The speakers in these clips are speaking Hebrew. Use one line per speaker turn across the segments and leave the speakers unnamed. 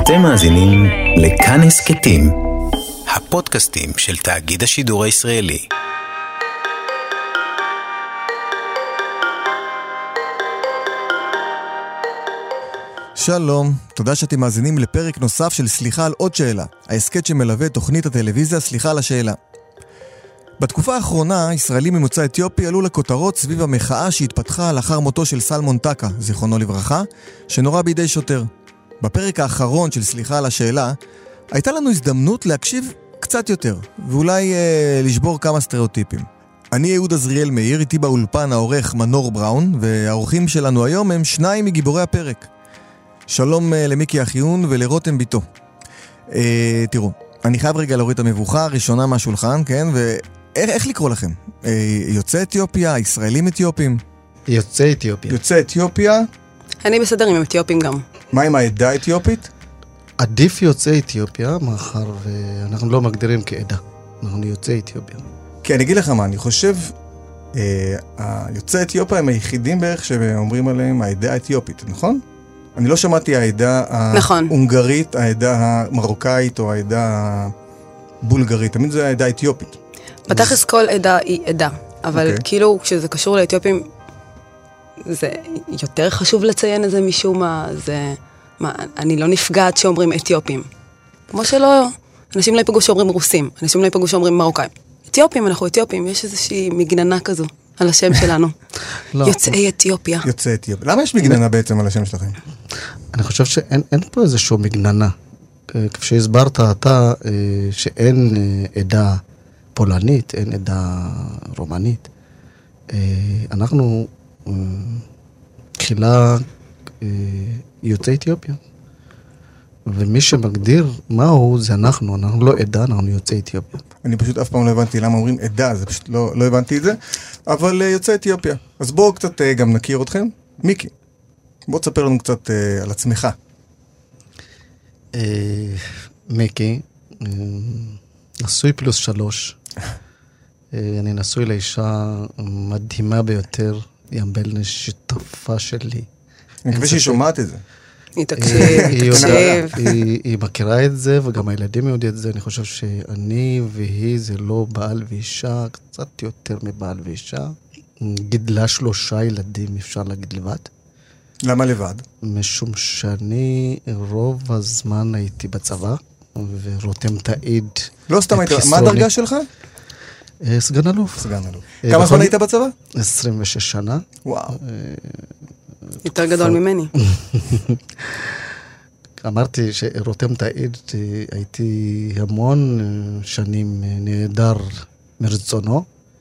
אתם מאזינים לכאן הסכתים, הפודקאסטים של תאגיד השידור הישראלי.
שלום, תודה שאתם מאזינים לפרק נוסף של סליחה על עוד שאלה, ההסכת שמלווה תוכנית הטלוויזיה סליחה על השאלה. בתקופה האחרונה, ישראלים ממוצא אתיופי עלו לכותרות סביב המחאה שהתפתחה לאחר מותו של סלמון טקה, זיכרונו לברכה, שנורה בידי שוטר. בפרק האחרון של סליחה על השאלה, הייתה לנו הזדמנות להקשיב קצת יותר, ואולי לשבור כמה סטריאוטיפים. אני יהוד עזריאל מאיר, איתי באולפן העורך מנור בראון, והאורחים שלנו היום הם שניים מגיבורי הפרק. שלום למיקי אחיון ולרותם ביתו. תראו, אני חייב רגע להוריד את המבוכה, ראשונה מהשולחן, כן? ואיך לקרוא לכם? יוצאי אתיופיה, ישראלים אתיופים?
יוצאי אתיופיה.
יוצאי אתיופיה?
אני בסדר עם אתיופים גם.
מה עם העדה האתיופית?
עדיף יוצאי אתיופיה, מאחר ואנחנו לא מגדירים כעדה. אנחנו יוצאי אתיופיה.
כן, אני אגיד לך מה, אני חושב, יוצאי אתיופיה הם היחידים בערך שאומרים עליהם העדה האתיופית, נכון? אני לא שמעתי העדה ההונגרית, העדה המרוקאית או העדה הבולגרית, תמיד זה העדה האתיופית.
בתכלס כל עדה היא עדה, אבל כאילו כשזה קשור לאתיופים, זה יותר חשוב לציין את זה משום מה, אני לא נפגעת שאומרים אתיופים. כמו שלא, אנשים לא ייפגעו שאומרים רוסים, אנשים לא ייפגעו שאומרים מרוקאים. אתיופים, אנחנו אתיופים, יש איזושהי מגננה כזו על השם שלנו. יוצאי אתיופיה.
יוצאי אתיופיה. למה יש מגננה בעצם על השם שלכם?
אני חושב שאין פה איזשהו מגננה. כפי שהסברת אתה, שאין עדה פולנית, אין עדה רומנית. אנחנו תחילה יוצאי אתיופיה. ומי שמגדיר מהו זה אנחנו לא עדה, אנחנו יוצאי אתיופיה.
אני פשוט אף פעם לא הבנתי למה אומרים עדה, זה פשוט לא הבנתי את זה, אבל יוצאי אתיופיה. אז בואו קצת גם נכיר אתכם. מיקי, בוא תספר לנו קצת על עצמך.
מיקי, נשוי פלוס 3. אני נשוי לאישה מדהימה ביותר, ימבל שותפה שלי.
אני מקווה שהיא שומעת את זה.
היא מכירה את זה, וגם הילדים יודעים את זה. אני חושב שאני והיא זה לא בעל ואישה, קצת יותר מבעל ואישה. גידלה 3 ילדים, אפשר להגיד לבד.
למה לבד?
משום שאני רוב הזמן הייתי בצבא, ורותם תעיד.
לא סתם היית, מה הדרגה שלך?
סגן אלוף.
סגן אלוף. כמה זמן היית בצבא?
26 שנה.
וואו.
יותר גדול ממני.
אמרתי שרותם תעיד, הייתי המון שנים נהדר מרצונו,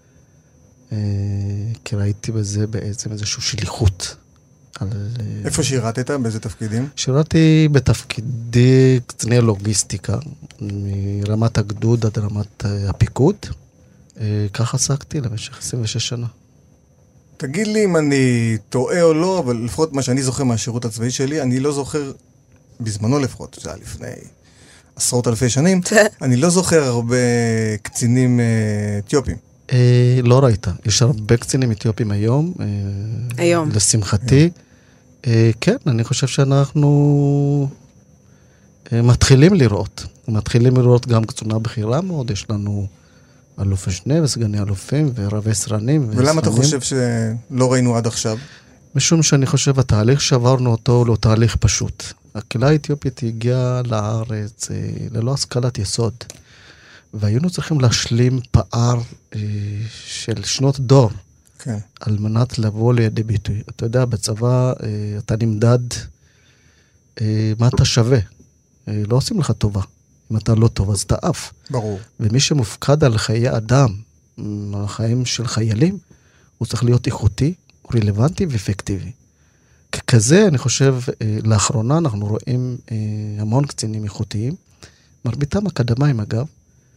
כי ראיתי בזה בעצם איזושהי שליחות.
איפה שירתת? באיזה תפקידים?
שירתי בתפקידי קציני לוגיסטיקה, מרמת הגדוד עד רמת הפיקוד. כך עסקתי למשך 26 שנה.
תגיד לי אם אני טועה או לא, אבל לפחות מה שאני זוכר מהשירות הצבאי שלי, אני לא זוכר, בזמנו לפחות, זה היה לפני עשרות אלפי שנים, אני לא זוכר הרבה קצינים אתיופים.
לא ראית, יש הרבה קצינים אתיופים היום.
היום.
לשמחתי. כן, אני חושב שאנחנו מתחילים לראות גם קצונה בכירה מאוד, יש לנו אלוף משנה וסגני אלופים ורבי סרנים.
ולמה אתה חושב שלא ראינו עד עכשיו?
משום שאני חושב התהליך שעברנו אותו לא תהליך פשוט. הקהילה האתיופית הגיעה לארץ ללא השכלת יסוד. והיינו צריכים להשלים פער של שנות דור. כן. על מנת לבוא לידי ביטוי. אתה יודע, בצבא אתה נמדד מה אתה שווה. לא עושים לך טובה. אם אתה לא טוב, אז אתה אף.
ברור.
ומי שמופקד על חיי אדם, על החיים של חיילים, הוא צריך להיות איכותי, רלוונטי ואפקטיבי. ככזה, אני חושב, לאחרונה אנחנו רואים המון קצינים איכותיים, מרביתם אקדמיים אגב,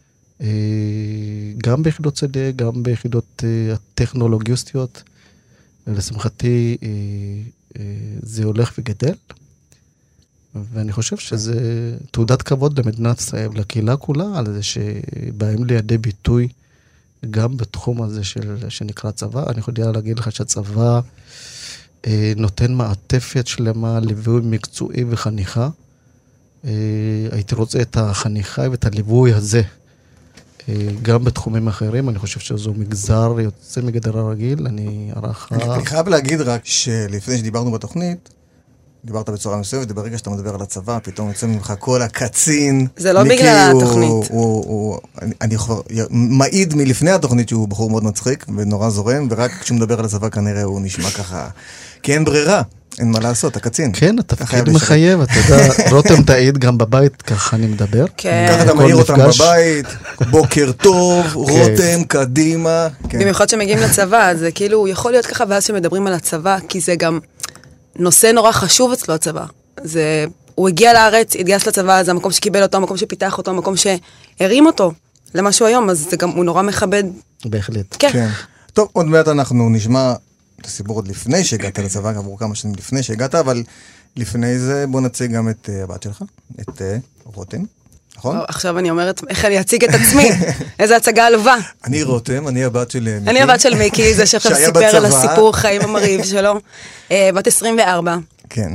גם ביחידות שדה, גם ביחידות הטכנולוגיסטיות, ולשמחתי זה הולך וגדל, ואני חושב שזה תעודת כבוד למדינת ישראל, לקהילה כולה, על זה שבאים לידי ביטוי גם בתחום הזה שנקרא צבא. אני יודע להגיד לך שהצבא נותן מעטפת שלמה, ליווי מקצועי וחניכה, הייתי רוצה את החניכה ואת הליווי הזה, גם בתחומים אחרים. אני חושב שזו מגזר יוצא מגדר הרגיל, אני
חייב להגיד רק שלפני שדיברנו בתוכנית, דיברת בצורה מסוימת, וברגע שאתה מדבר על הצבא, פתאום יוצא ממך כל הקצין.
זה לא בגלל התוכנית.
אני מעיד מלפני התוכנית שהוא בחור מאוד מצחיק, ונורא זורם, ורק כשהוא מדבר על הצבא כנראה הוא נשמע ככה, כי אין ברירה, אין מה לעשות, הקצין.
כן, התפקיד מחייב, אתה יודע, רותם תעיד גם בבית, ככה אני מדבר.
ככה אתה מעיר אותם בבית, בוקר טוב, רותם, קדימה.
במיוחד שמגיעים לצבא, זה כאילו, יכול להיות ככה, ואז שמדברים על הצבא, כי זה גם נושא נורא חשוב אצלו הצבא. הוא הגיע לארץ, התגייס לצבא, זה המקום שקיבל אותו, המקום שפיתח אותו, המקום שהרים אותו למשהו היום, אז זה גם, הוא נורא מכבד.
בהחלט.
כן. טוב, עוד מעט אנחנו נשמע את הסיפור עוד לפני שהגעת לצבא, עברו כמה שנים לפני שהגעת, אבל לפני זה בוא נציג גם את הבת שלך, את רותם, נכון?
עכשיו אני אומרת, איך אני אציג את עצמי? איזה הצגה עלובה.
אני רותם, אני הבת של מיקי.
אני הבת של מיקי, זה שעכשיו סיפר על הסיפור חיים המרהיב שלו. בת 24.
כן.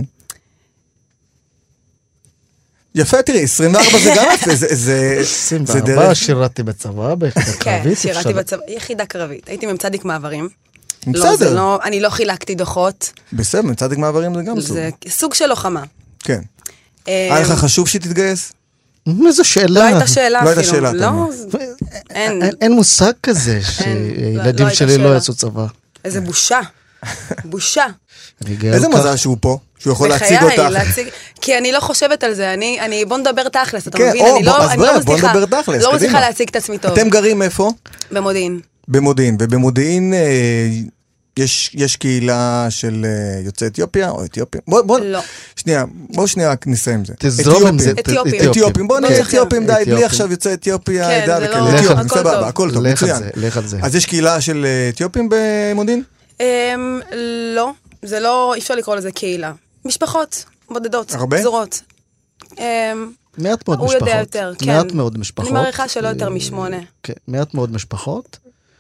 יפה, תראי, 24 זה גם יפה, זה
24 שירתי בצבא, ביחידה קרבית.
כן, שירתי בצבא, יחידה קרבית. הייתי מצדיק מעברים.
בסדר.
אני לא חילקתי דוחות.
בסדר, מצדיק מעברים זה גם סוג.
זה סוג של לוחמה.
כן. היה לך חשוב שתתגייס?
איזו שאלה.
לא הייתה שאלה אפילו.
לא הייתה שאלה.
לא,
אין מושג כזה שילדים שלי לא יעשו צבא.
איזה בושה. בושה.
איזה מזל שהוא פה, שהוא יכול להציג אותך.
כי אני לא חושבת על זה, בוא נדבר תכלס, אתה מבין?
בוא נדבר תכלס,
לא מצליחה להציג את עצמי טוב.
אתם גרים איפה?
במודיעין.
במודיעין, ובמודיעין יש קהילה של יוצאי אתיופיה או אתיופים?
לא.
בואו שנייה נסיים זה.
תזרום עם זה.
אתיופים, בואו נהיה אתיופים, די, בלי עכשיו יוצאי אתיופיה,
כן,
אתיופים, סבבה, הכל טוב, מצוין.
לך על זה.
אז יש קהילה של אתיופים במודיעין?
לא, זה לא, אי אפשר לקרוא לזה קהילה. משפחות, בודדות, פזורות.
מעט מאוד משפחות.
הוא יודע יותר, כן.
מעט מאוד משפחות.
אני מעריכה שלא יותר מ8.
כן, מעט מאוד משפחות.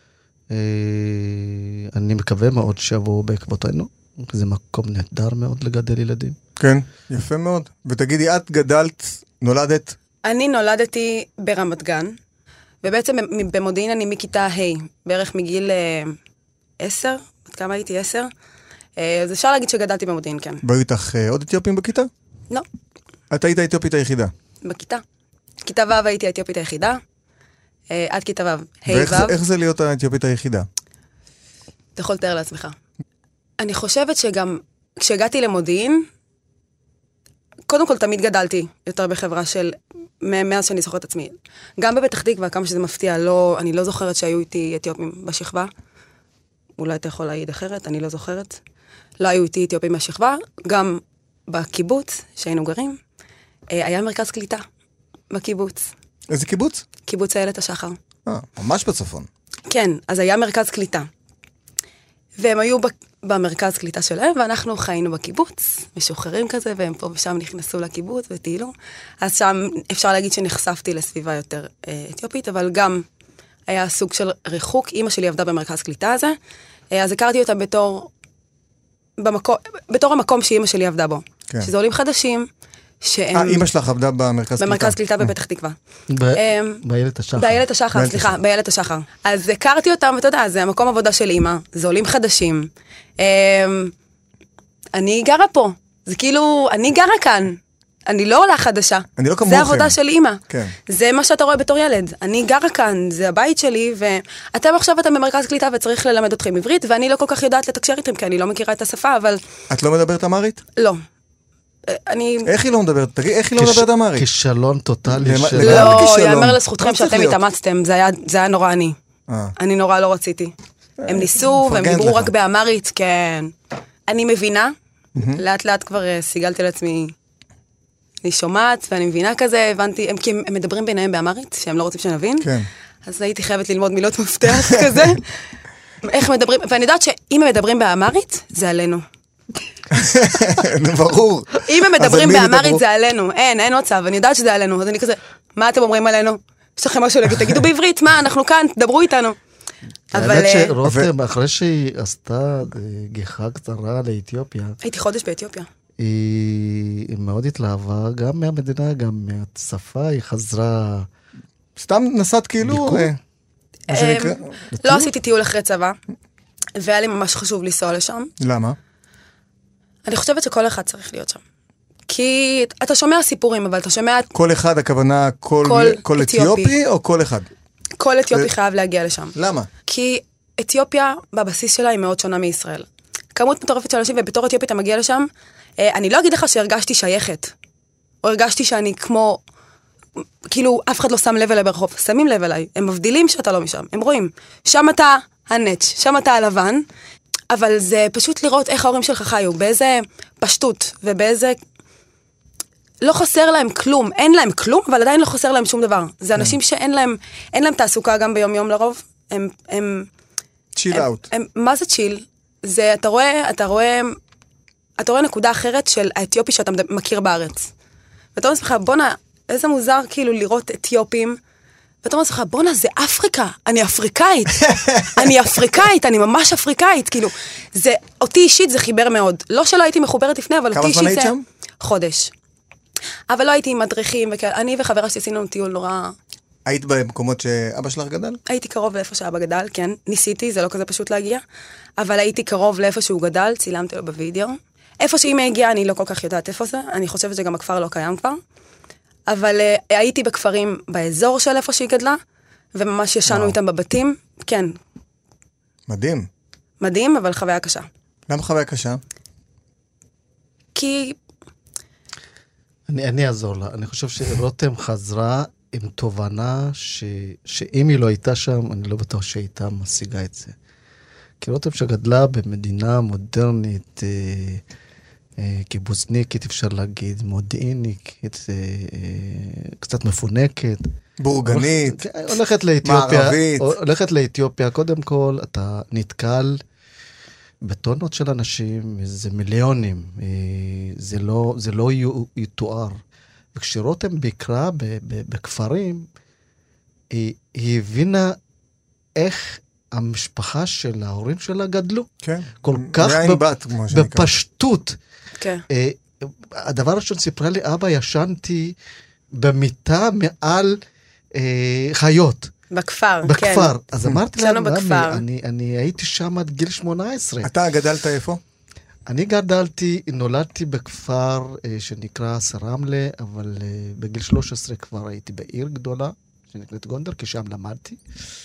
אני מקווה מאוד שיבואו בעקבותינו. זה מקום נהדר מאוד לגדל ילדים.
כן, יפה מאוד. ותגידי, את גדלת, נולדת?
אני נולדתי ברמת גן, ובעצם במודיעין אני מכיתה ה', בערך מגיל 10, עד כמה הייתי 10, אז אפשר להגיד שגדלתי במודיעין, כן.
והיו איתך עוד אתיופים בכיתה?
לא.
את היית האתיופית היחידה?
בכיתה. כיתה ו' הייתי האתיופית היחידה, עד כיתה ו',
ואיך זה להיות האתיופית היחידה?
אתה יכול לתאר לעצמך. אני חושבת שגם כשהגעתי למודיעין, קודם כל תמיד גדלתי יותר בחברה של, מאז שאני זוכרת עצמי. גם בפתח תקווה, כמה שזה מפתיע, אני לא זוכרת שהיו איתי אתיופים בשכבה. אולי אתה יכול להעיד אחרת, אני לא זוכרת. לא היו איתי אתיופים בשכבה. גם בקיבוץ, שהיינו גרים, היה מרכז קליטה בקיבוץ.
איזה קיבוץ?
קיבוץ איילת השחר.
ממש בצפון.
כן, אז היה מרכז קליטה. והם היו במרכז קליטה שלהם, ואנחנו חיינו בקיבוץ, משוחררים כזה, והם פה ושם נכנסו לקיבוץ וטיילו. אז שם אפשר להגיד שנחשפתי לסביבה יותר אתיופית, אבל גם היה סוג של ריחוק. אמא שלי עבדה במרכז קליטה הזה, אז הכרתי אותה בתור המקום שאמא שלי עבדה בו. כן. שזה עולים חדשים, שהם...
אמא שלך עבדה במרכז קליטה?
במרכז קליטה בפתח תקווה.
באיילת השחר.
באיילת השחר, סליחה, באיילת השחר. אז הכרתי אותם, ואתה יודע, זה המקום עבודה של אמא, זה עולים חדשים. אני גרה פה, זה כאילו, אני גרה כאן. אני לא עולה חדשה.
אני לא כמוכם.
זה עבודה של אמא.
כן.
זה מה שאתה רואה בתור ילד. אני גרה כאן, זה הבית שלי, ואתם עכשיו במרכז קליטה וצריך ללמד אתכם עברית, ואני לא כל כך יודעת לתקשר איתכם, כי אני לא מכירה את השפה, אבל...
את לא מדברת אמרית?
לא.
איך היא לא מדברת? תגיד, איך היא לא מדברת אמרית?
כישלון טוטלי של...
לא, יאמר לזכותכם שאתם התאמצתם, זה היה נורא עני. אני נורא לא רציתי. הם ניסו, והם דיברו רק באמרית, כן. אני מבינה, לאט לאט כבר סיגלתי לעצמי, אני שומעת, ואני מבינה כזה, הבנתי, כי הם מדברים ביניהם באמרית, שהם לא רוצים שנבין, אז הייתי חייבת ללמוד מילות מפתח כזה. איך מדברים, ואני יודעת שאם הם מדברים באמרית, זה עלינו.
ברור.
אם הם מדברים באמרית זה עלינו, אין מצב, אני יודעת שזה עלינו, אז אני כזה, מה אתם אומרים עלינו? יש לכם משהו להגיד, תגידו בעברית, מה, אנחנו כאן, דברו איתנו.
האמת שרותם, אחרי שהיא עשתה גיחה קצרה לאתיופיה,
הייתי חודש באתיופיה.
היא מאוד התלהבה, גם מהמדינה, גם מהשפה, היא חזרה...
סתם נסעת כאילו...
לא עשיתי טיול אחרי צבא, והיה לי ממש חשוב לנסוע לשם.
למה?
אני חושבת שכל אחד צריך להיות שם. כי אתה שומע סיפורים, אבל אתה שומע...
כל אחד, הכוונה כל אתיופי או כל אחד?
כל אתיופי חייב להגיע לשם.
למה?
כי אתיופיה בבסיס שלה היא מאוד שונה מישראל. כמות מטורפת של אנשים, ובתור אתיופית אתה מגיע לשם, אני לא אגיד לך שהרגשתי שייכת, או הרגשתי שאני כמו, כאילו אף אחד לא שם לב אליי ברחוב, שמים לב אליי, הם מבדילים שאתה לא משם, הם רואים, שם אתה הנץ', שם אתה הלבן, אבל זה פשוט לראות איך ההורים שלך חיו, באיזה פשטות, ובאיזה... לא חסר להם כלום, אין להם כלום, אבל עדיין לא חסר להם שום דבר. זה אנשים שאין להם תעסוקה גם ביום יום לרוב, הם...
צ'יל אאוט.
מה זה צ'יל? זה, אתה רואה נקודה אחרת של האתיופי שאתה מכיר בארץ. ואתה אומר לך, בונה, איזה מוזר כאילו לראות אתיופים, ואתה אומר לך, בונה, זה אפריקה, אני אפריקאית, אני ממש אפריקאית, כאילו, זה, אותי אישית זה חיבר מאוד. לא שלא הייתי מחוברת לפני, אבל אותי אישית זה...
כמה זמן היית שם?
חודש. אבל לא הייתי עם מדריכים, אני וחברה שעשינו טיול נורא...
היית במקומות שאבא שלך גדל?
הייתי קרוב לאיפה שאבא גדל, כן. ניסיתי, זה לא כזה פשוט להגיע. אבל הייתי קרוב לאיפה שהוא גדל, צילמתי לו בווידאו. איפה שאמא הגיעה, אני לא כל כך יודעת איפה זה. אני חושבת שגם הכפר לא קיים כבר. אבל הייתי בכפרים באזור של איפה שהיא גדלה, וממש ישנו איתם בבתים. כן.
מדהים.
מדהים, אבל חוויה קשה.
למה חוויה קשה?
כי...
אני אעזור לה. אני חושב שרותם חזרה עם תובנה שאם היא לא הייתה שם, אני לא בטוח שהייתה משיגה את זה. כי רותם שגדלה במדינה מודרנית, קיבוצניקית, אפשר להגיד, מודיעינית, קצת מפונקת.
בורגנית.
הולכת לאתיופיה. קודם כל, אתה נתקל בטונות של אנשים, זה מיליונים. זה לא יתואר. וכשרותם ביקרה בכפרים, היא הבינה איך המשפחה של ההורים שלה גדלו.
כן.
כל כך בפשטות.
כן.
הדבר הראשון סיפרה לי, אבא, ישנתי במיטה מעל חיות.
בכפר, כן.
בכפר. אז אמרתי לה,
אני
הייתי שם עד גיל 18.
אתה גדלת איפה?
אני נולדתי בכפר שנקרא סרמלה, אבל בגיל 13 כבר הייתי בעיר גדולה, שנקראת גונדר, כי שם למדתי.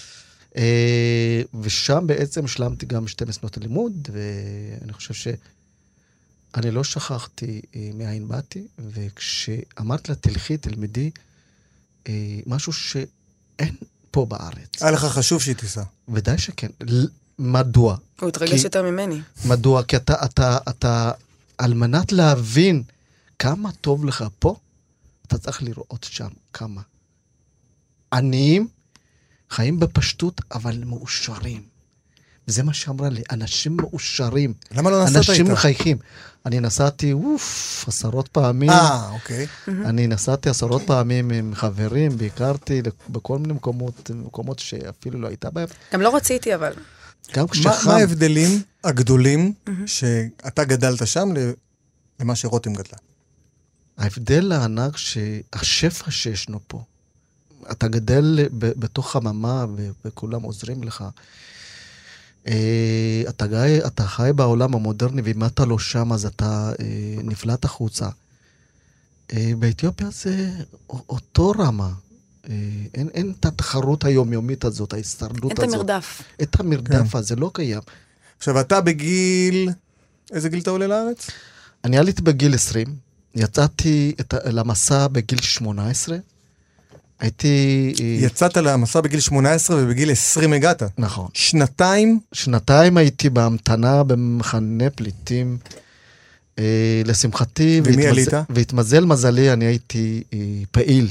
ושם בעצם השלמתי גם 12 שנות הלימוד, ואני חושב שאני לא שכחתי מאין באתי, וכשאמרת לה, תלמדי משהו שאין פה בארץ.
היה לך חשוב שהיא תיסע.
ודאי שכן. מדוע?
הוא התרגש יותר ממני.
מדוע? כי אתה, על מנת להבין כמה טוב לך פה, אתה צריך לראות שם כמה. עניים, חיים בפשטות, אבל מאושרים. וזה מה שאמרה לי, אנשים מאושרים.
למה לא נסעת איתה?
אנשים מחייכים. אני נסעתי, עשרות פעמים.
אוקיי.
אני נסעתי עשרות פעמים עם חברים, ביקרתי בכל מיני מקומות שאפילו לא הייתה בהם.
גם לא רציתי, אבל...
מה ההבדלים הגדולים שאתה גדלת שם למה שרותם גדלה?
ההבדל הענק שהשפע שישנו פה, אתה גדל בתוך חממה וכולם עוזרים לך. אתה חי בעולם המודרני, ואם אתה לא שם אז אתה נפלט החוצה. באתיופיה זה אותו רמה. אין את התחרות היומיומית הזאת, ההסתרדות הזאת.
אין את המרדף.
את המרדף הזה, לא קיים.
עכשיו, אתה בגיל... איזה גיל אתה עולה לארץ?
אני עליתי בגיל 20, יצאתי למסע בגיל 18,
יצאת למסע בגיל 18 ובגיל 20 הגעת.
נכון.
שנתיים
הייתי בהמתנה במחנה פליטים, לשמחתי.
ומי עלית?
והתמזל מזלי, אני הייתי פעיל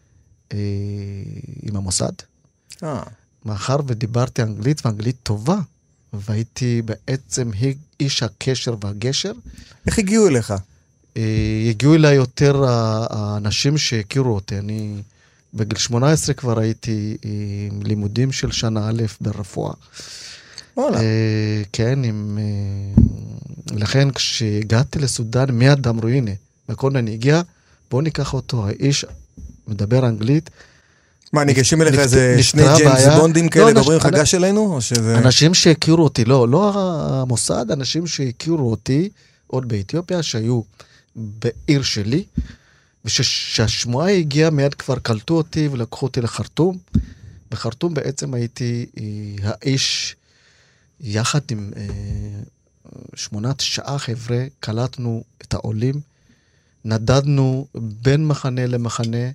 עם המוסד. מאחר ודיברתי אנגלית ואנגלית טובה, והייתי בעצם איש הקשר והגשר.
איך הגיעו אליך?
הגיעו אליי יותר האנשים שהכירו אותי. אני בגיל 18 כבר הייתי עם לימודים של שנה א' ברפואה.
וואלה.
כן, עם לכן כשהגעתי לסודן, מיד אמרו, הנה, מקונן הגיע, בואו ניקח אותו, האיש מדבר אנגלית.
מה, ניגשים אליך איזה שני ג'יימס בונדים כאלה, דוברים חגש אלינו?
אנשים שהכירו אותי, לא המוסד, אנשים שהכירו אותי, עוד באתיופיה, שהיו בעיר שלי, ושהשמועה הגיעה, מיד כבר קלטו אותי ולקחו אותי לחרטום. בחרטום בעצם הייתי האיש, יחד עם 8-9 חבר'ה, קלטנו את העולים, נדדנו בין מחנה למחנה,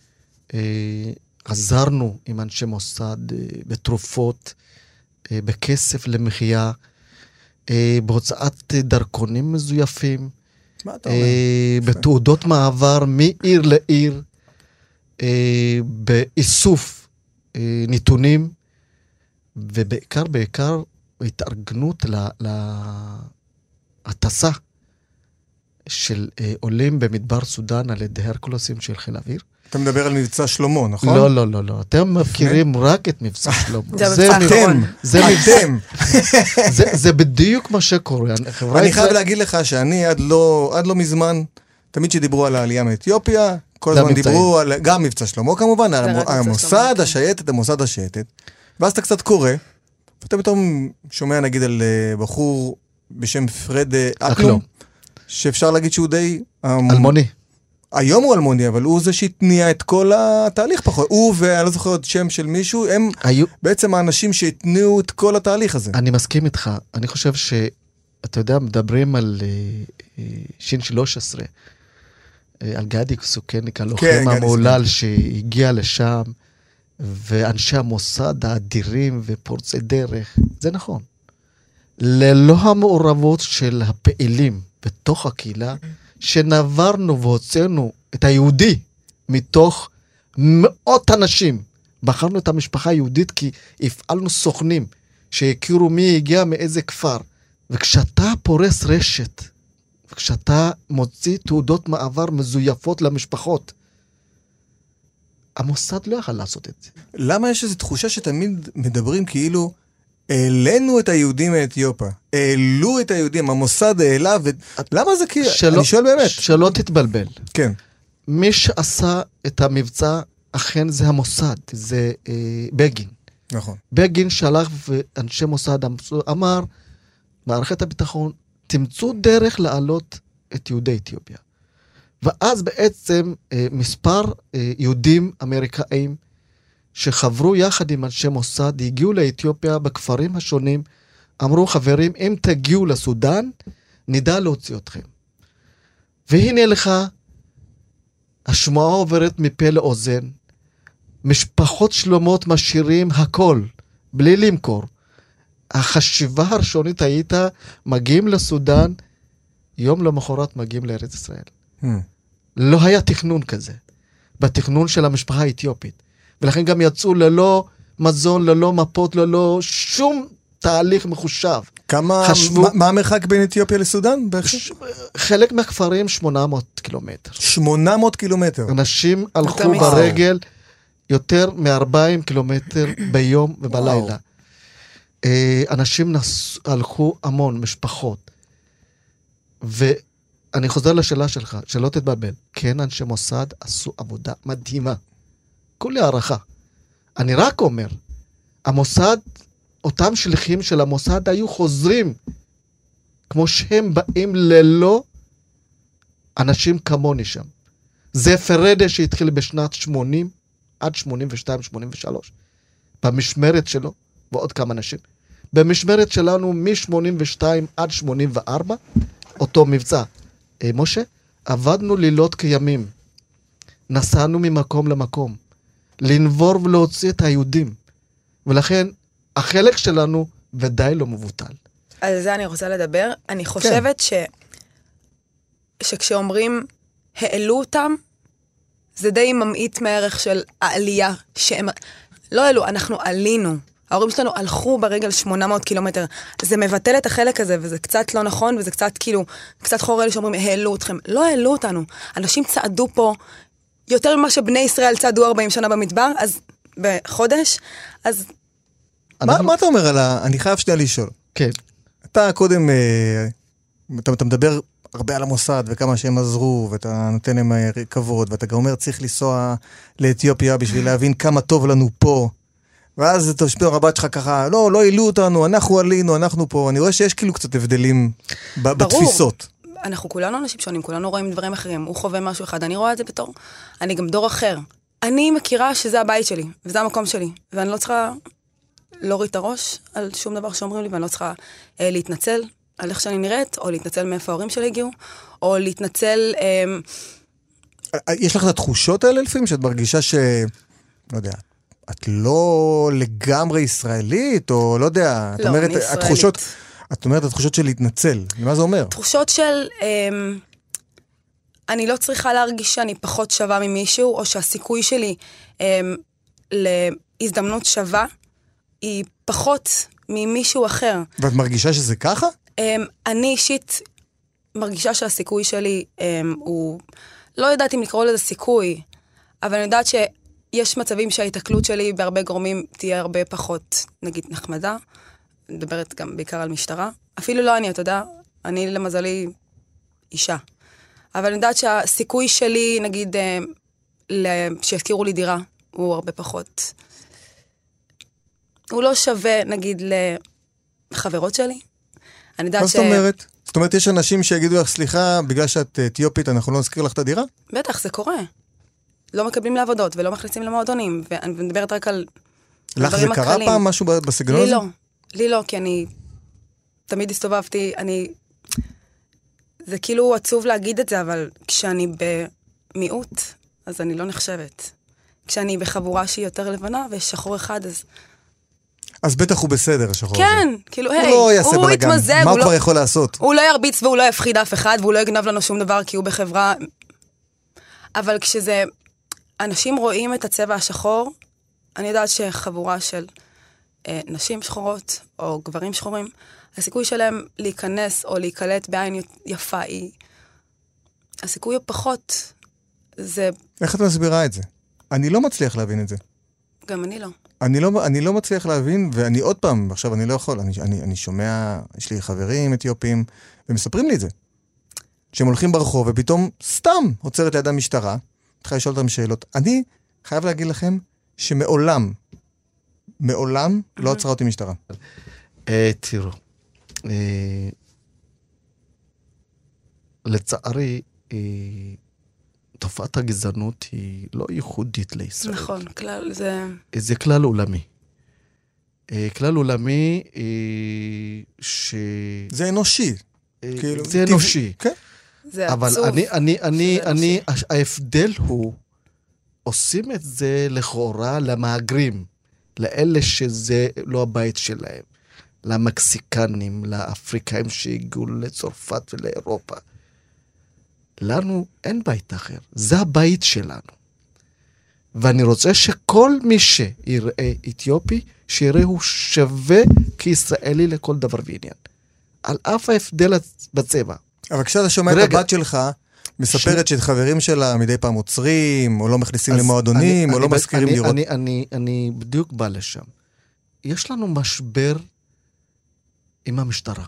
עזרנו עם אנשי מוסד בתרופות, בכסף למחיה, בהוצאת דרכונים מזויפים, בתעודות מעבר מעיר לעיר, באיסוף נתונים, ובעיקר התארגנות להטסה של עולים במדבר סודן על ידי הרקולסים של חיל האוויר.
אתה מדבר על מבצע שלמה, נכון?
לא. אתם מכירים רק את מבצע שלמה. זה בדיוק מה שקורה.
אני חייב להגיד לך שאני עד לא מזמן, תמיד שדיברו על העלייה מאתיופיה, כל הזמן דיברו על גם מבצע שלמה כמובן, על המוסד השייטת, המוסד השייטת, ואז אתה קצת קורא, ואתה פתאום שומע נגיד על בחור בשם פרד אקלום, שאפשר להגיד שהוא די
אלמוני.
היום הוא אלמוני, אבל הוא זה שהתניע את כל התהליך פחות. הוא ואני לא זוכר עוד שם של מישהו, הם בעצם האנשים שהתניעו את כל התהליך הזה.
אני מסכים איתך. אני חושב שאתה יודע, מדברים על שין 13, על גדי סוכניק, הלוחם המעולל שהגיע לשם, ואנשי המוסד האדירים ופורצי דרך. זה נכון. ללא המעורבות של הפעילים בתוך הקהילה, שנברנו והוצאנו את היהודי מתוך מאות אנשים. בחרנו את המשפחה היהודית כי הפעלנו סוכנים שהכירו מי הגיע מאיזה כפר. וכשאתה פורס רשת, וכשאתה מוציא תעודות מעבר מזויפות למשפחות, המוסד לא יכול לעשות את זה.
למה יש איזו תחושה שתמיד מדברים כאילו, העלינו את היהודים מאתיופיה, העלו את היהודים, המוסד העלה, למה זה כאילו? אני שואל באמת.
שלא תתבלבל.
כן.
מי שעשה את המבצע, אכן זה המוסד, זה בגין.
נכון.
בגין שלח ואנשי מוסד אמר, מערכת הביטחון, תמצאו דרך לעלות את יהודי אתיופיה. ואז בעצם מספר יהודים אמריקאים, שחברו יחד עם אנשי מוסד, הגיעו לאתיופיה בכפרים השונים, אמרו חברים, אם תגיעו לסודן, נדע להוציא אתכם. והנה לך, השמועה עוברת מפה לאוזן, משפחות שלמות משאירים הכל, בלי למכור. החשיבה הראשונית הייתה, מגיעים לסודן, יום למחרת מגיעים לארץ ישראל. לא היה תכנון כזה, בתכנון של המשפחה האתיופית. ולכן גם יצאו ללא מזון, ללא מפות, ללא שום תהליך מחושב.
מה המרחק בין אתיופיה לסודן?
חלק מהכפרים 800 קילומטר.
800 קילומטר.
אנשים הלכו ברגל יותר מ-40 קילומטר ביום ובלילה. אנשים הלכו המון, משפחות. ואני חוזר לשאלה שלך, שלא תתבלבל. כן, אנשי מוסד עשו עבודה מדהימה. כולי הערכה. אני רק אומר, המוסד, אותם שליחים של המוסד היו חוזרים, כמו שהם באים ללא אנשים כמוני שם. זה פרדה שהתחיל בשנת 80 עד 82-83, במשמרת שלו, ועוד כמה אנשים. במשמרת שלנו מ-82 עד 84, אותו מבצע. משה, עבדנו לילות כימים. נסענו ממקום למקום. לנבור ולהוציא את היהודים. ולכן, החלק שלנו ודאי לא מבוטל.
על זה אני רוצה לדבר. אני חושבת שכשאומרים העלו אותם, זה די ממעיט מערך של העלייה, שהם לא העלו, אנחנו עלינו. ההורים שלנו הלכו ברגל 800 קילומטר. זה מבטל את החלק הזה, וזה קצת לא נכון, וזה קצת כאילו, קצת חורה לי שאומרים, העלו אתכם. לא העלו אותנו. אנשים צעדו פה יותר ממה שבני ישראל צעדו 40 שנה במדבר, אז בחודש, אז...
מה אתה אומר על אני חייב שנייה לשאול.
כן.
אתה קודם אתה מדבר הרבה על המוסד וכמה שהם עזרו, ואתה נותן להם כבוד, ואתה גם אומר, צריך לנסוע לאתיופיה בשביל להבין כמה טוב לנו פה. ואז אתה משפיע רבת שלך ככה, לא העלו אותנו, אנחנו עלינו, אנחנו פה. אני רואה שיש כאילו קצת הבדלים בתפיסות.
אנחנו כולנו אנשים שונים, כולנו רואים דברים אחרים. הוא חווה משהו אחד, אני רואה את זה בתור, אני גם דור אחר. אני מכירה שזה הבית שלי, וזה המקום שלי, ואני לא צריכה להוריד את הראש על שום דבר שאומרים לי, ואני לא צריכה להתנצל על איך שאני נראית, או להתנצל מאיפה ההורים שלי הגיעו, או להתנצל...
יש לך את התחושות האלה לפעמים, שאת מרגישה לא יודע, את לא לגמרי ישראלית, או לא יודע,
לא, אני ישראלית.
את אומרת, התחושות של להתנצל, מה זה אומר?
תחושות של... אני לא צריכה להרגיש שאני פחות שווה ממישהו, או שהסיכוי שלי להזדמנות שווה, היא פחות ממישהו אחר.
ואת מרגישה שזה ככה?
אני אישית מרגישה שהסיכוי שלי הוא... לא יודעת אם לקרוא לזה סיכוי, אבל אני יודעת שיש מצבים שההתקלות שלי בהרבה גורמים תהיה הרבה פחות, נגיד, נחמדה. אני מדברת גם בעיקר על משטרה. אפילו לא אני, אתה יודע, אני למזלי אישה. אבל אני יודעת שהסיכוי שלי, נגיד, שיזכירו לי דירה, הוא הרבה פחות. הוא לא שווה, נגיד, לחברות שלי. אני יודעת
מה זאת אומרת? זאת אומרת, יש אנשים שיגידו לך, סליחה, בגלל שאת אתיופית, אנחנו לא נזכיר לך את הדירה?
בטח, זה קורה. לא מקבלים לעבודות ולא מכניסים למועדונים, ואני מדברת רק על
לך זה קרה פעם משהו בסגנון הזה?
לי לא, כי אני תמיד הסתובבתי, זה כאילו עצוב להגיד את זה, אבל כשאני במיעוט, אז אני לא נחשבת. כשאני בחבורה שהיא יותר לבנה, ושחור אחד,
אז בטח הוא בסדר, השחור הזה.
כן, כאילו,
הוא יתמזג. מה הוא כבר יכול לעשות?
הוא לא ירביץ והוא לא יפחיד אף אחד, והוא לא יגנב לנו שום דבר, כי הוא בחברה... אבל כשזה... אנשים רואים את הצבע השחור, אני יודעת שחבורה של נשים שחורות, או גברים שחורים, הסיכוי שלהם להיכנס או להיקלט בעין יפה היא... הסיכוי הוא פחות. זה... איך
את מסבירה את זה? אני לא מצליח להבין את זה.
גם אני לא.
אני לא מצליח להבין, ואני עוד פעם, עכשיו אני לא יכול, אני שומע, יש לי חברים אתיופים, ומספרים לי את זה. שהם הולכים ברחוב, ופתאום סתם עוצרת לידם משטרה, התחילה לשאול אותם שאלות. אני חייב להגיד לכם שמעולם לא עצרה אותי משטרה.
תראו, לצערי, תופעת הגזענות היא לא ייחודית לישראל.
נכון, זה...
זה כלל עולמי. כלל עולמי
זה אנושי.
זה אנושי.
כן.
זה עצוב.
אבל ההבדל הוא, עושים את זה לכאורה למהגרים, לאלה שזה לא הבית שלהם, למקסיקנים, לאפריקאים שהגיעו לצרפת ולאירופה. לנו אין בית אחר, זה הבית שלנו. ואני רוצה שכל מי שיראה אתיופי, שיראה הוא שווה כישראלי לכל דבר ועניין. על אף ההבדל בצבע.
אבל כשאתה שומע את הבת שלך, מספרת שחברים שלה מדי פעם עוצרים, או לא מכניסים למועדונים, או לא מזכירים לראות.
אני בדיוק בא לשם. יש לנו משבר עם המשטרה.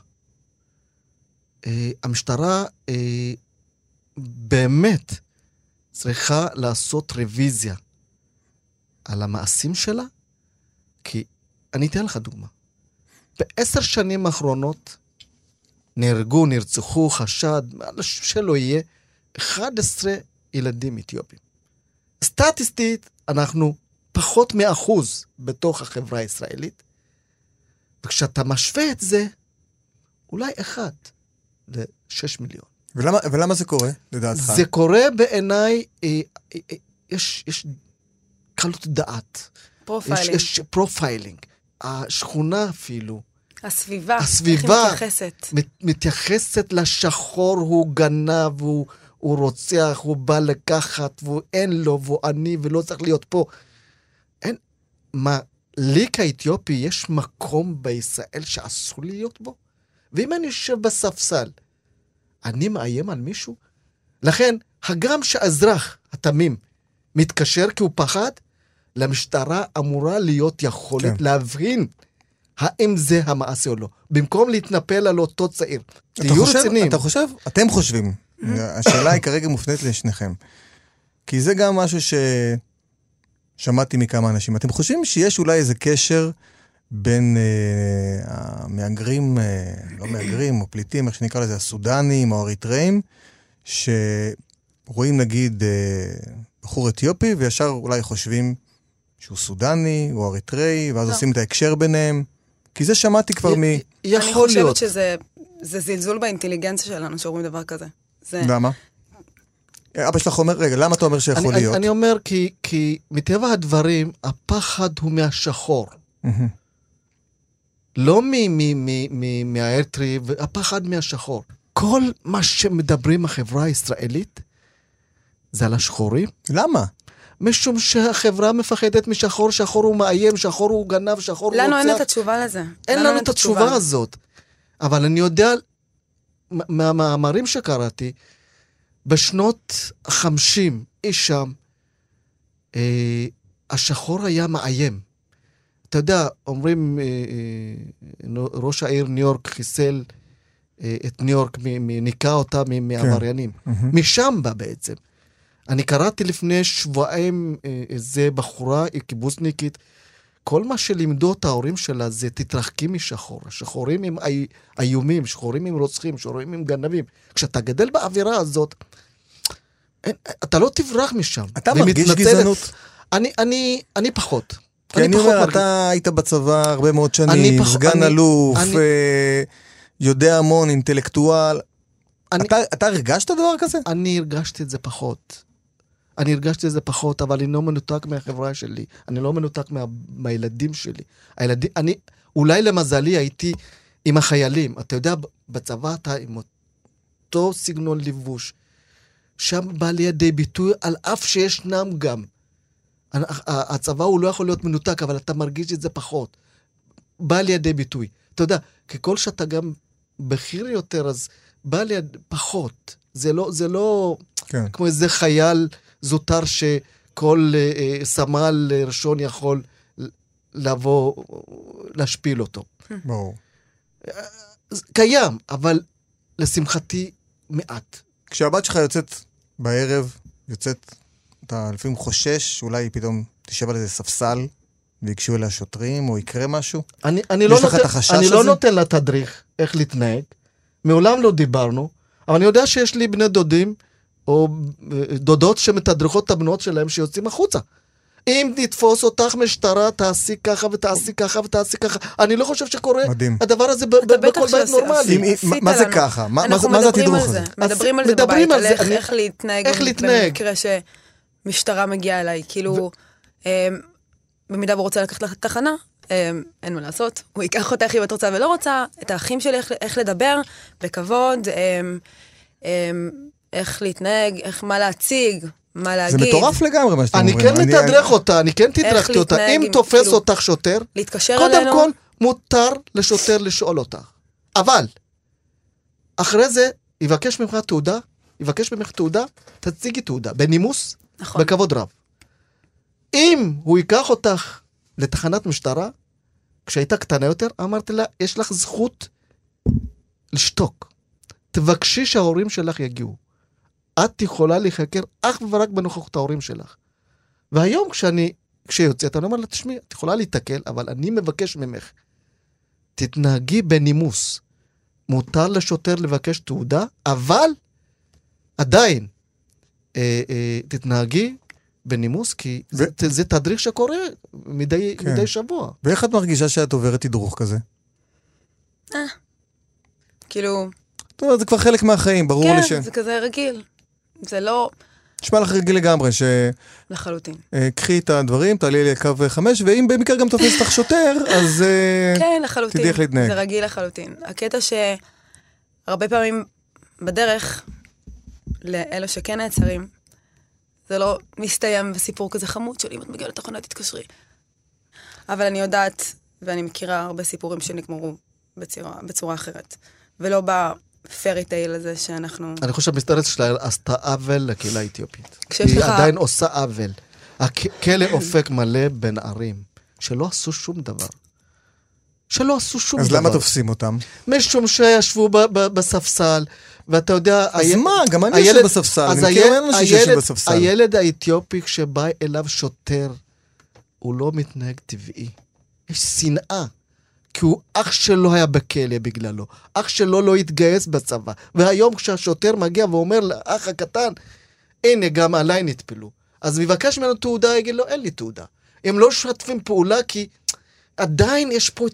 המשטרה באמת צריכה לעשות רוויזיה על המעשים שלה, כי אני אתן לך דוגמה. ב10 שנים האחרונות נרצחו, חשד, שלא יהיה, 11 ילדים אתיופים. סטטיסטית, אנחנו פחות מ1% בתוך החברה הישראלית, וכשאתה משווה את זה, אולי 1 ל6 מיליון.
ולמה זה קורה, לדעתך?
זה קורה בעיניי, יש קלות דעת.
פרופיילינג.
יש פרופיילינג. השכונה אפילו.
הסביבה.
מתייחסת לשחור, הוא גנב, הוא רוצח, הוא בא לקחת, והוא אין לו, והוא עני, ולא צריך להיות פה. לי כאתיופי יש מקום בישראל שאסור להיות בו? ואם אני יושב בספסל, אני מאיים על מישהו? לכן, הגם שהאזרח התמים מתקשר כי הוא פחד, למשטרה אמורה להיות יכולת להבחין האם זה המעשה או לא? במקום להתנפל על אותו צעיר. תהיו רציניים.
אתה חושב? אתם חושבים. השאלה היא כרגע מופנית לשניכם. כי זה גם משהו ששמעתי מכמה אנשים. אתם חושבים שיש אולי איזה קשר בין המהגרים, לא מהגרים, או פליטים, איך שנקרא לזה, הסודנים או אריתראים, שרואים נגיד בחור אתיופי, וישר אולי חושבים שהוא סודני או אריתראי, ואז עושים את ההקשר ביניהם. כי זה שמעתי כבר
אני חושבת שזה זלזול באינטליגנציה שלנו, שאומרים דבר כזה.
למה? אבא שלך אומר, רגע, למה אתה אומר שיכול להיות?
אני אומר כי מטבע הדברים, הפחד הוא מהשחור. לא מהאריתראי, הפחד מהשחור. כל מה שמדברים החברה הישראלית, זה על השחורים.
למה?
משום שהחברה מפחדת משחור, שחור הוא מאיים, שחור הוא גנב, שחור הוא רוצח.
לנו אין את התשובה לזה.
אין לנו את התשובה הזאת. אבל אני יודע, מהמאמרים שקראתי, בשנות 50, איש שם, השחור היה מאיים. אתה יודע, אומרים, ראש העיר ניו יורק חיסל את ניו יורק, ניקה אותה מעבריינים. משם בא בעצם. אני קראתי לפני שבועיים איזה בחורה, קיבוצניקית, כל מה שלימדו את ההורים שלה זה תתרחקים משחור. שחורים הם איומים, שחורים הם רוצחים, שחורים הם גנבים. כשאתה גדל באווירה הזאת, אתה לא תברח משם.
אתה מרגיש גזענות?
אני פחות.
כי אני אומר, אתה היית בצבא הרבה מאוד שנים, סגן אלוף, יודע המון, אינטלקטואל. אתה הרגשת דבר כזה?
אני הרגשתי את זה פחות. אבל אני לא מנותק מהחברה שלי. אני לא מנותק מהילדים שלי. אולי למזלי הייתי עם החיילים. אתה יודע, בצבא אתה עם אותו סגנון לבוש. שם בא לידי ביטוי על אף שישנם גם. הצבא הוא לא יכול להיות מנותק, אבל אתה מרגיש את זה פחות. בא לידי ביטוי. אתה יודע, ככל שאתה גם בכיר יותר, אז בא ליד פחות. זה לא
כן.
כמו איזה חייל זוטר שכל סמל ראשון יכול לבוא, להשפיל אותו.
ברור.
קיים, אבל לשמחתי מעט.
כשהבת שלך יוצאת בערב, אתה לפעמים חושש, אולי פתאום תשב על איזה ספסל, ויקשו אליה שוטרים, או יקרה משהו?
אני לא נותן לה תדריך איך להתנהג. מעולם לא דיברנו, אבל אני יודע שיש לי בני דודים, או דודות שמתדרכות את הבנות שלהם שיוצאים החוצה. אם נתפוס אותך משטרה, תעשי ככה ותעשי ככה ותעשי ככה. אני לא חושב שקורה הדבר הזה בכל בית נורמלי.
מה זה ככה? מה זה התדרוך הזה?
מדברים על זה בבית, על איך להתנהג במקרה שמשטרה מגיעה אליי. כאילו, במידה הוא רוצה לקחת לך תחנה, אין מה לעשות. הוא ייקח אותך אם את רוצה ולא רוצה, את האחים שלי, איך לדבר, בכבוד, איך להתנהג, מה להציג, מה להגיד.
זה מטורף לגמרי מה שאתם אומרים.
אני כן מתדרך אותה, אני כן תדרכתי אותה. אם תופס אותך שוטר, קודם כל מותר לשוטר לשאול אותך. אבל, אחרי זה, יבקש ממך תעודה, תציגי תעודה, בנימוס, בכבוד רב. אם הוא ייקח אותך לתחנת משטרה, כשהייתה קטנה יותר, אמרתי לה, יש לך זכות לשתוק. תבקשי שההורים שלך יגיעו. את יכולה להיחקר אך ורק בנוכחות ההורים שלך. והיום כשיוצאת, אני אומר לה, תשמעי, את יכולה להתקל, אבל אני מבקש ממך, תתנהגי בנימוס. מותר לשוטר לבקש תעודה, אבל עדיין תתנהגי בנימוס, כי זה תדריך שקורה מדי שבוע.
ואיך את מרגישה שאת עוברת תדרוך כזה?
כאילו...
זאת אומרת, זה כבר חלק מהחיים, ברור לי ש...
כן, זה כזה רגיל. זה לא...
נשמע לך רגיל לגמרי,
לחלוטין.
קחי את הדברים, תעלי לי לקו 5, ואם במקרה גם תופס אותך שוטר, אז...
כן, לחלוטין.
תדעי איך להתנהג.
זה רגיל לחלוטין. הקטע שהרבה פעמים בדרך, לאלו שכן נעצרים, זה לא מסתיים בסיפור כזה חמוד של אם את מגיעה לתחנה תתקשרי. אבל אני יודעת, ואני מכירה הרבה סיפורים שנגמרו בצורה אחרת. ולא בפרי טייל הזה שאנחנו...
אני חושב שהמשטרת שלה עשתה עוול לקהילה האתיופית. היא עדיין עושה עוול. הכלא אופק מלא בנערים, שלא עשו שום דבר. שלא עשו שום דבר.
אז למה תופסים אותם?
משום שישבו בספסל, ואתה יודע...
אז מה? גם אני יושב בספסל. אני מכיר אנשים שיושב בספסל.
הילד האתיופי כשבא אליו שוטר, הוא לא מתנהג טבעי. יש שנאה. כי הוא אח שלו היה בכלא בגללו. אח שלו לא התגייס בצבא. והיום כשהשוטר מגיע ואומר לאח הקטן, הנה גם עליי נטפלו. אז מבקש ממנו תעודה, יגיד לו, אין לי תעודה. הם לא שותפים פעולה כי עדיין יש פה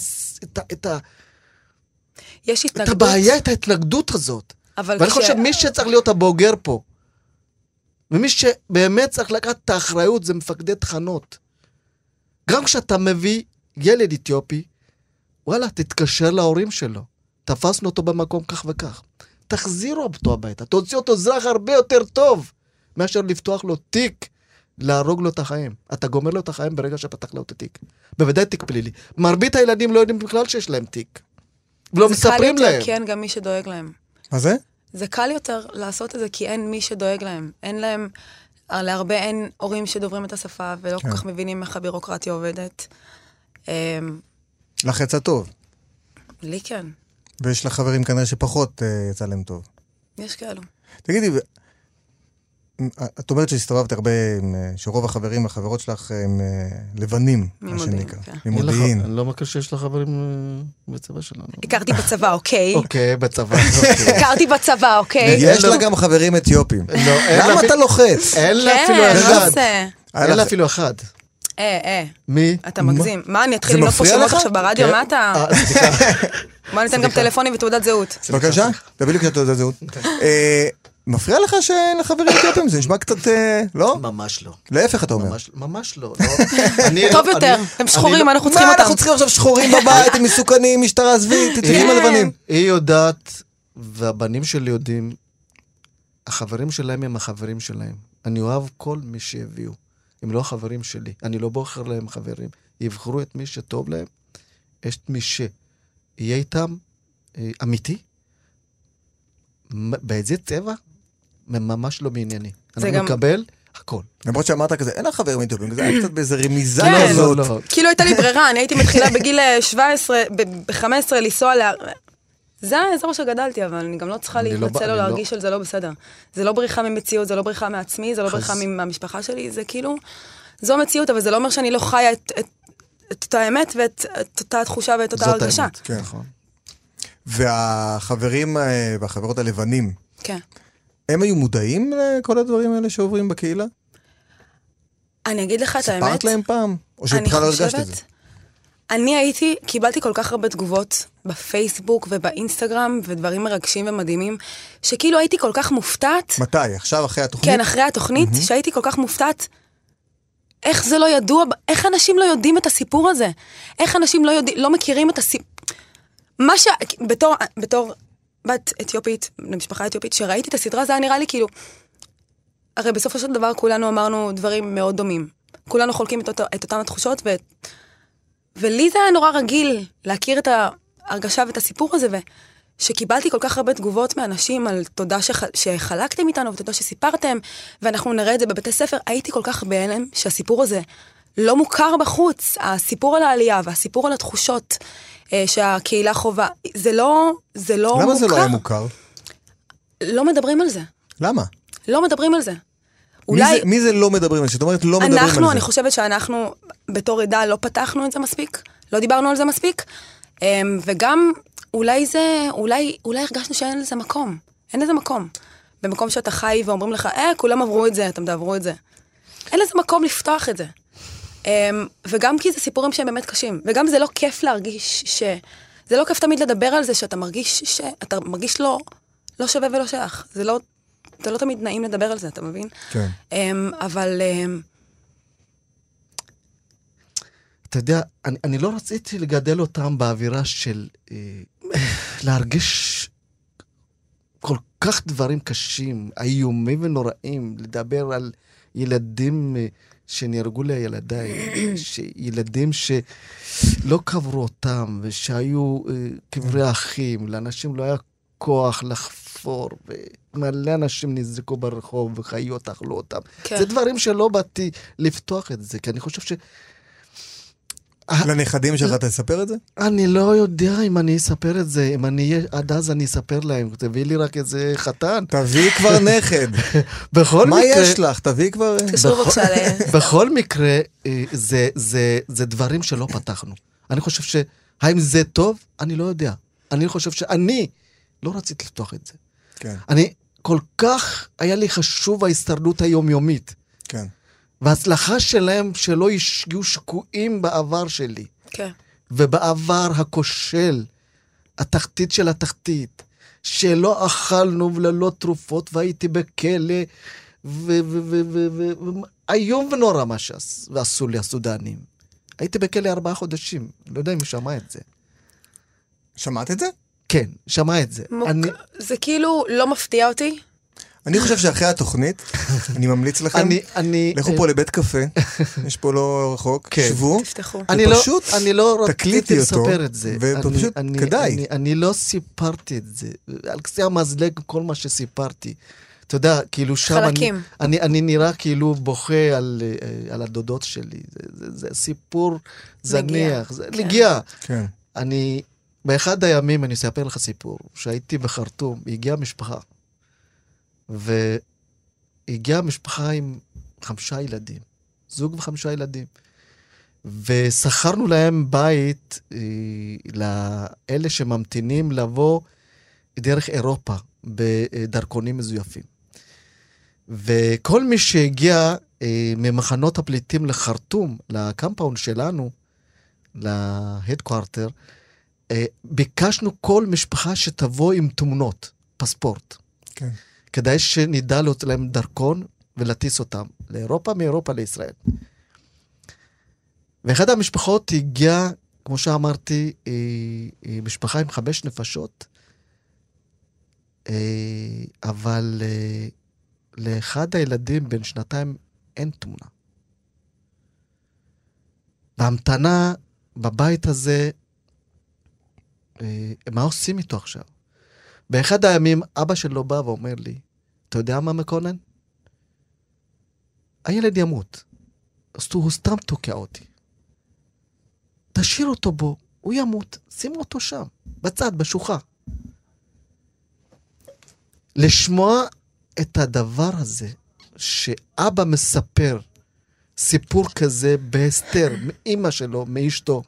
יש התנגדות.
את הבעיה, את ההתנגדות הזאת. ואני חושב מי שצריך להיות הבוגר פה, ומי שבאמת צריך לקחת את האחריות, זה מפקדי תחנות. גם כשאתה מביא ילד אתיופי, וואלה, תתקשר להורים שלו. תפסנו אותו במקום כך וכך. תחזירו אותו הביתה. תוציא אותו אזרח הרבה יותר טוב, מאשר לפתוח לו תיק, להרוג לו את החיים. אתה גומר לו את החיים ברגע שפתח לו את התיק. בוודאי תיק פלילי. מרבית הילדים לא יודעים בכלל שיש להם תיק. ולא מספרים להם.
כן, גם מי שדואג להם.
מה זה?
זה קל יותר לעשות את זה, כי אין מי שדואג להם. אין להם, להרבה אין הורים שדוברים את השפה, ולא כל כך מבינים איך הבירוקרטיה עובדת.
לך יצא טוב.
לי כן.
ויש לך חברים כנראה שפחות יצא להם טוב.
יש כאלו.
תגידי, את אומרת שהסתובבת הרבה, שרוב החברים והחברות שלך הם לבנים, מה שנקרא. ממודיעין.
אני לא מכיר שיש לך חברים בצבא שלנו.
הכרתי בצבא, אוקיי.
אוקיי, בצבא.
הכרתי בצבא, אוקיי.
יש לה גם חברים אתיופים. למה אתה לוחץ?
אין לה אפילו אחד. אין לה אפילו אחד. מי?
אתה מגזים. מה, אני אתחיל לנות פה שמות עכשיו ברדיו? מה אתה? בוא ניתן גם טלפונים ותעודת זהות.
בבקשה, תביא לי קצת תעודת זהות. מפריע לך שאין לחברים אתיופים? זה נשמע קצת, לא?
ממש לא.
להפך אתה אומר.
ממש לא.
טוב יותר, הם שחורים, אנחנו צריכים אותם.
מה אנחנו צריכים עכשיו שחורים בבית, הם מסוכנים, משטרה עזבית, תצליחים הלבנים.
היא יודעת, והבנים שלי יודעים, החברים שלהם הם החברים שלהם. אני אוהב כל מי שהביאו. הם לא החברים שלי. אני לא בוחר להם חברים. יבחרו את מי שטוב להם. יש מי שיהיה איתם אמיתי. באיזה צבע? ממש לא בענייני. אני מקבל הכל.
למרות שאמרת כזה, אין לך חברים אתיופים, זה היה קצת באיזה רמיזה
כזאת. כאילו הייתה לי ברירה, אני הייתי מתחילה בגיל 17, ב-15 לנסוע זה האזור שגדלתי, אבל אני גם לא צריכה להתנצל או להרגיש על זה לא בסדר. זה לא בריחה ממציאות, זה לא בריחה מעצמי, זה לא בריחה מהמשפחה שלי, זה כאילו, זו המציאות, אבל זה לא אומר שאני לא חיה את אותה האמת ואת אותה התחושה ואת אותה הרגשה.
זאת האמת, כן, נכון. והחברים והחברות הלבנים,
כן.
הם היו מודעים לכל הדברים האלה שעוברים בקהילה?
אני אגיד לך את האמת.
סיפרת להם פעם? או שבכלל לא הרגשת את זה?
אני קיבלתי כל כך הרבה תגובות בפייסבוק ובאינסטגרם, ודברים מרגשים ומדהימים, שכאילו הייתי כל כך מופתעת.
מתי? עכשיו אחרי התוכנית?
כן, אחרי התוכנית, שהייתי כל כך מופתעת. איך זה לא ידוע? איך אנשים לא יודעים את הסיפור הזה? איך אנשים לא מכירים את הסיפור? מה בתור בת אתיופית, למשפחה אתיופית, שראיתי את הסדרה, זה היה נראה לי כאילו, הרי בסופו של דבר כולנו אמרנו דברים מאוד דומים. כולנו חולקים את אותן התחושות, ולי זה היה נורא רגיל להכיר את ההרגשה ואת הסיפור הזה, ושקיבלתי כל כך הרבה תגובות מאנשים על תודה שחלקתם איתנו, ותודה שסיפרתם, ואנחנו נראה את זה בבתי ספר. הייתי כל כך בהלם שהסיפור הזה לא מוכר בחוץ, הסיפור על העלייה והסיפור על התחושות שהקהילה חובה, זה לא מוכר.
למה זה לא היה מוכר?
לא מדברים על זה.
למה?
לא מדברים על זה.
מי זה לא מדברים על זה? זאת אומרת, לא מדברים על זה.
אני חושבת שאנחנו בתור עדה לא פתחנו את זה מספיק, לא דיברנו על זה מספיק, וגם אולי הרגשנו שאין לזה מקום. אין לזה מקום. במקום שאתה חי ואומרים לך, כולם עברו את זה, אתם תעברו את זה. אין לזה מקום לפתוח את זה. וגם כי זה סיפורים שהם באמת קשים, וגם זה לא כיף להרגיש זה לא כיף תמיד לדבר על זה, שאתה מרגיש לא שווה ולא שייך. זה לא תמיד נעים לדבר על זה, אתה מבין?
כן.
אבל
אתה יודע, אני לא רציתי לגדל אותם באווירה של להרגיש כל כך דברים קשים, איומים ונוראים, לדבר על ילדים שנהרגו לילדיי, ילדים שלא קברו אותם, ושהיו קברי אחים, לאנשים לא היה כוח לחפור, ומלא אנשים נזרקו ברחוב, וחיות אכלו אותם. כן. זה דברים שלא באתי לפתוח את זה, כי אני חושב
לנכדים שלך תספר את זה?
אני לא יודע אם אני אספר את זה, אם אני אהיה עד אז אני אספר להם, תביא לי רק איזה חתן.
תביא כבר נכד. מה יש לך? תביא כבר...
בכל מקרה, זה דברים שלא פתחנו. אני חושב האם זה טוב? אני לא יודע. אני חושב שאני לא רציתי לפתוח את זה.
כן.
אני כל כך היה לי חשוב ההסתרדות היומיומית.
כן.
וההצלחה שלהם שלא יהיו שקועים בעבר שלי.
כן.
ובעבר הכושל, התחתית של התחתית, שלא אכלנו וללא תרופות, והייתי בכלא, היום ונורא מה ועשו לי הסודנים. הייתי בכלא 4 חודשים, לא יודע אם הוא שמע את זה.
שמעת את זה?
כן, שמע את זה.
זה כאילו לא מפתיע אותי.
אני חושב שאחרי התוכנית, אני ממליץ לכם, לכו פה לבית קפה, יש פה לא רחוק, שבו, ופשוט תקליטי אותו, ופשוט כדאי.
אני לא סיפרתי את זה, על קצה המזלג כל מה שסיפרתי. אתה יודע, כאילו שם אני נראה כאילו בוכה על הדודות שלי, זה סיפור זניח, זה נגיע. באחד הימים אני אספר לך סיפור, שהייתי בחרטום, הגיעה משפחה, והגיעה משפחה עם 5 ילדים, זוג ו5 ילדים, ושכרנו להם בית לאלה שממתינים לבוא דרך אירופה, בדרכונים מזויפים. וכל מי שהגיע ממחנות הפליטים לחרטום, לקמפאונד שלנו, להדקוארטר, ביקשנו כל משפחה שתבוא עם תמונות, פספורט.
כן.
כדאי שנדע להוציא להם דרכון ולטיס אותם לאירופה, מאירופה לישראל. ואחת המשפחות הגיעה, כמו שאמרתי, משפחה עם 5 נפשות, אבל לאחד הילדים בן 2 אין תמונה. והמתנה בבית הזה, מה עושים איתו עכשיו? באחד הימים אבא שלו בא ואומר לי, אתה יודע מה מקונן? הילד ימות. אז הוא סתם תוקע אותי. תשאיר אותו בו, הוא ימות, שימו אותו שם, בצד, בשוחה. לשמוע את הדבר הזה, שאבא מספר סיפור כזה בהסתר, מאמא שלו, מאשתו,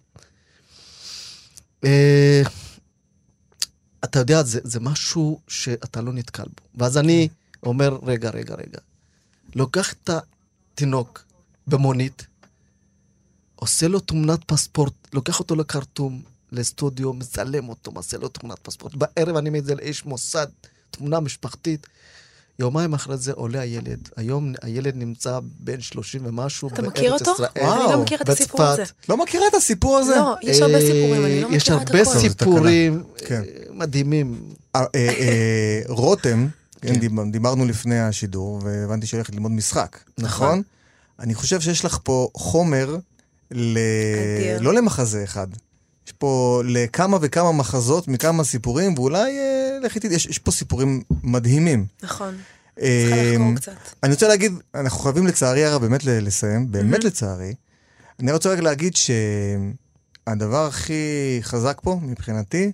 אתה יודע, זה משהו שאתה לא נתקל בו. ואז אני אומר, רגע. לוקח את התינוק במונית, עושה לו תמונת פספורט, לוקח אותו לקרטום, לסטודיו, מצלם אותו, עושה לו תמונת פספורט. בערב אני מביא את זה לאיש מוסד, תמונה משפחתית. יומיים אחרי זה עולה הילד. היום הילד נמצא בין 30 ומשהו.
אתה מכיר אותו? אני לא מכיר את הסיפור הזה.
לא מכירה את הסיפור הזה?
לא, יש הרבה סיפורים, אני לא מכירה את הכל.
יש הרבה סיפורים מדהימים.
רותם, דיברנו לפני השידור, והבנתי שהולכת ללמוד משחק. נכון? אני חושב שיש לך פה חומר, לא למחזה אחד. יש פה לכמה וכמה מחזות, מכמה סיפורים, ואולי יש פה סיפורים מדהימים.
נכון. צריכה לחקור קצת.
אני רוצה להגיד, אנחנו חייבים לצערי הרב באמת לסיים, באמת לצערי. אני רוצה רק להגיד שהדבר הכי חזק פה, מבחינתי,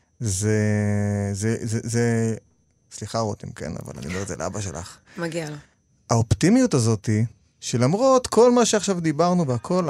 זה סליחה רותם, כן, אבל אני אומר את זה לאבא שלך.
מגיע לו.
האופטימיות הזאת, שלמרות כל מה שעכשיו דיברנו והכל,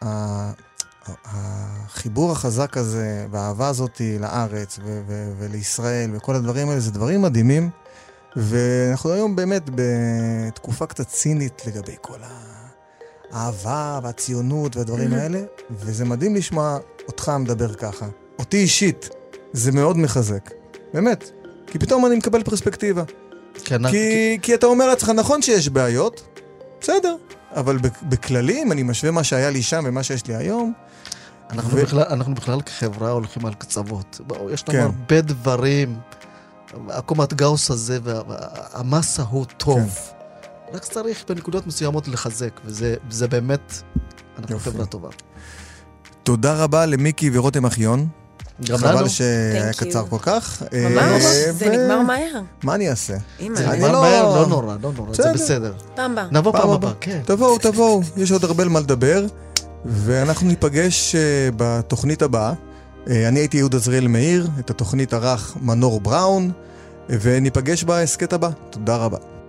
החיבור החזק הזה, והאהבה הזאת לארץ ולישראל וכל הדברים האלה, זה דברים מדהימים, ואנחנו היום באמת בתקופה קצת צינית לגבי כל האהבה והציונות והדברים האלה, וזה מדהים לשמוע אותך מדבר ככה. אותי אישית, זה מאוד מחזק. באמת. כי פתאום אני מקבל פרספקטיבה. כי אתה אומר לעצמך, נכון שיש בעיות, בסדר, אבל בכללים, אני משווה מה שהיה לי שם ומה שיש לי היום.
אנחנו בכלל כחברה הולכים על קצוות. יש לנו הרבה דברים, הקומת גאוס הזה, והמסה הוא טוב. רק צריך בנקודות מסוימות לחזק, וזה באמת, אנחנו חברה טובה.
תודה רבה למיקי ורותם אחיון. חבל שהיה קצר כל כך.
ממש, זה נגמר מהר.
מה אני אעשה?
זה נגמר מהר, לא נורא, זה בסדר.
פעם הבאה.
נבוא פעם הבאה, כן.
תבואו, יש עוד הרבה מה לדבר. ואנחנו ניפגש בתוכנית הבאה. אני הייתי יהודה זריאל מאיר, את התוכנית ערך מנור בראון, וניפגש בהסקט הבא. תודה רבה.